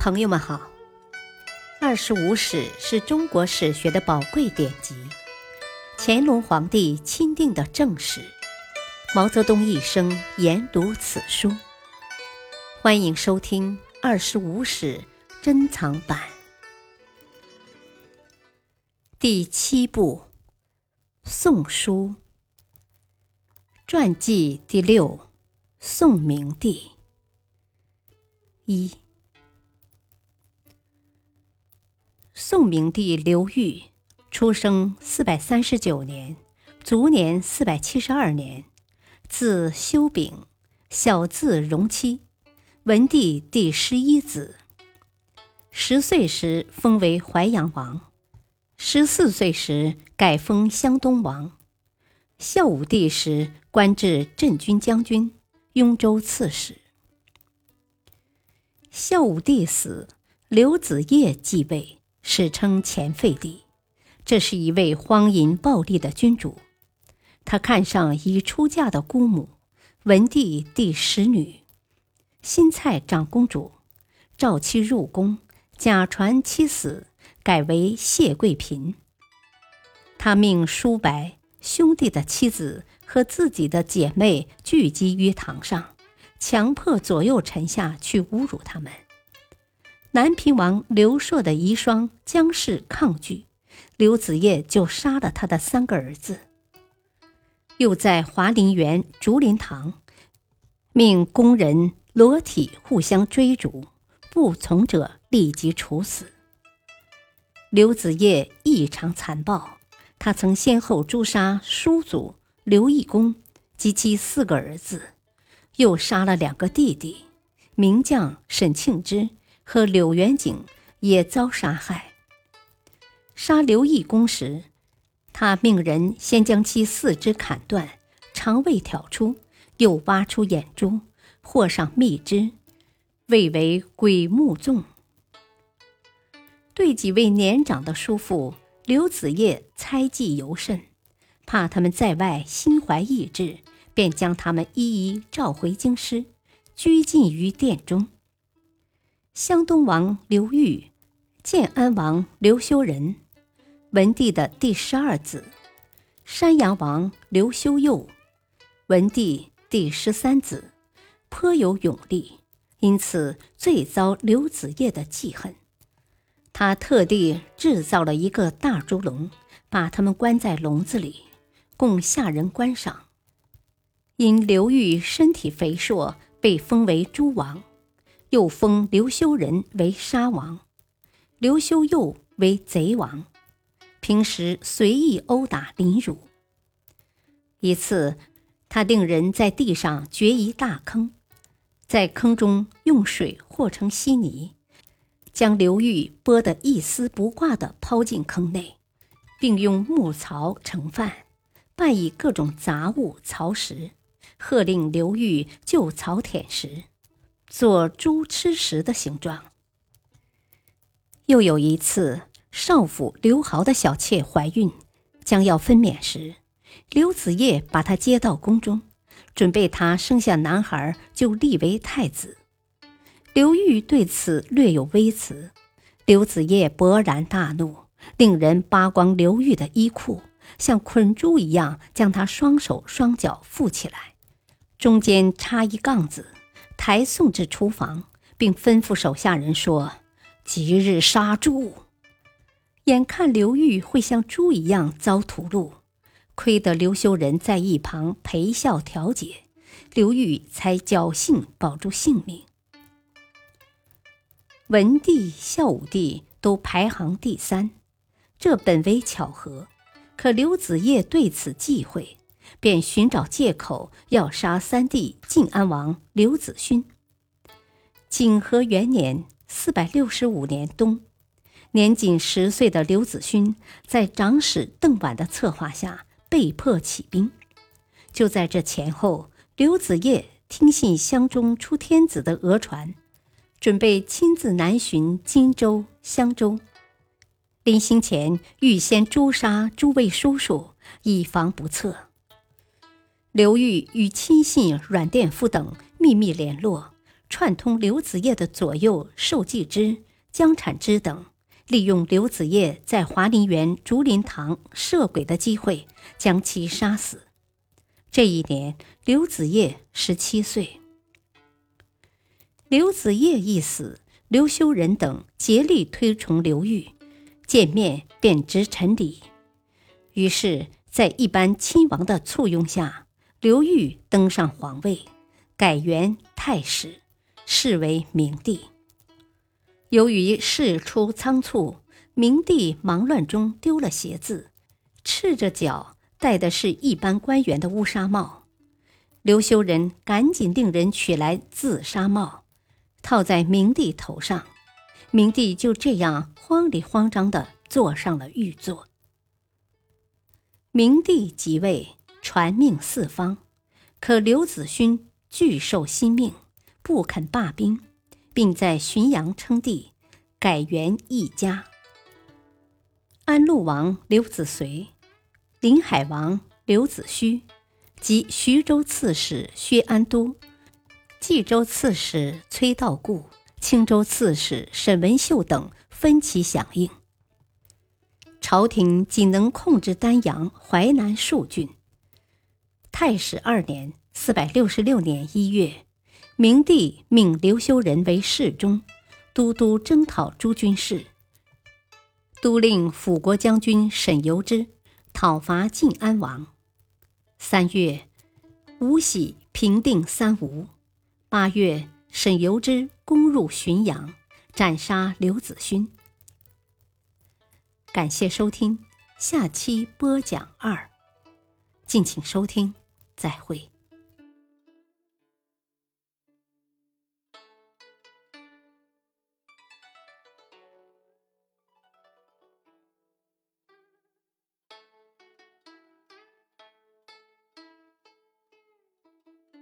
朋友们好，《25史》是中国史学的宝贵典籍，乾隆皇帝钦定的正史，毛泽东一生研读此书。欢迎收听《25史》珍藏版第7部《宋书》传记第6，宋明帝。1。宋明帝刘裕出生439年，卒年472年，字修炳，小字荣期，文帝第11子。10岁时封为淮阳王，14岁时改封湘东王。孝武帝时官至镇军将军、雍州刺史。孝武帝死，刘子业继位，史称前废帝。这是一位荒淫暴戾的君主，他看上已出嫁的姑母，文帝第10女，新蔡长公主，召妻入宫，假传妻死，改为谢贵嫔。他命叔白兄弟的妻子和自己的姐妹聚集于堂上，强迫左右臣下去侮辱他们。南平王刘硕的遗孀姜氏抗拒，刘子业就杀了他的3个儿子。又在华林园竹林堂命宫人裸体互相追逐，不从者立即处死。刘子业异常残暴，他曾先后诛杀叔祖刘义公及其4个儿子，又杀了2个弟弟，名将沈庆之和柳元景也遭杀害。杀刘义公时，他命人先将其4肢砍断，肠胃挑出，又挖出眼珠，和上蜜汁，谓为鬼目粽。对几位年长的叔父，刘子业猜忌尤甚，怕他们在外心怀异志，便将他们一一召回京师，拘禁于殿中。湘东王刘裕、建安王刘修仁，文帝的第12子；山阳王刘修佑，文帝第13子，颇有勇力，因此最遭刘子业的忌恨。他特地制造了一个大猪笼，把他们关在笼子里，供下人观赏。因刘裕身体肥硕，被封为猪王，又封刘修仁为杀王，刘修佑为贼王，平时随意殴打凌辱。一次，他令人在地上掘一大坑，在坑中用水和成稀泥，将刘裕剥得一丝不挂地抛进坑内，并用木槽盛饭，拌以各种杂物槽食，喝令刘裕就槽舔食，做猪吃食的形状。又有一次，少府刘豪的小妾怀孕，将要分娩时，刘子业把她接到宫中，准备她生下男孩就立为太子。刘裕对此略有微词，刘子业勃然大怒，令人扒光刘裕的衣裤，像捆猪一样将他双手双脚缚起来，中间插一杠子，抬送至厨房，并吩咐手下人说：即日杀猪。眼看刘裕会像猪一样遭屠戮，亏得刘修仁在一旁陪笑调解，刘裕才侥幸保住性命。文帝、孝武帝都排行第3，这本为巧合，可刘子业对此忌讳，便寻找借口要杀3弟晋安王刘子勋。景和元年465年冬，年仅10岁的刘子勋在长史邓琬的策划下被迫起兵。就在这前后，刘子业听信湘中出天子的讹传，准备亲自南巡荆州、襄州。临行前预先诛杀诸位叔叔，以防不测。刘裕与亲信阮殿夫等秘密联络， 串通刘子业的左右寿季之、江产之等，利用刘子业在华林园竹林堂设鬼的机会，将其杀死。这一年，刘子业17岁。刘子业一死，刘修仁等竭力推崇刘裕，见面便执陈礼。于是，在一般亲王的簇拥下，刘裕登上皇位，改元太史，是为明帝。由于事出仓促，明帝忙乱中丢了鞋子，赤着脚戴的是一般官员的乌纱帽。刘修仁赶紧令人取来自纱帽，套在明帝头上。明帝就这样慌里慌张地坐上了御座。明帝即位，传命四方，可刘子勋拒受新命，不肯罢兵，并在浔阳称帝，改元义家。安陆王刘子绥、临海王刘子虚及徐州刺史薛安都、冀州刺史崔道固、青州刺史沈文秀等分歧响应。朝廷仅能控制丹阳、淮南数郡。太史2年466年1月，明帝命刘修仁为侍中，都督征讨诸军事，都令辅国将军沈由之讨伐晋安王。3月，吴喜平定三吴。8月，沈由之攻入浔阳，斩杀刘子勋。感谢收听，下期播讲2，敬请收听，再会。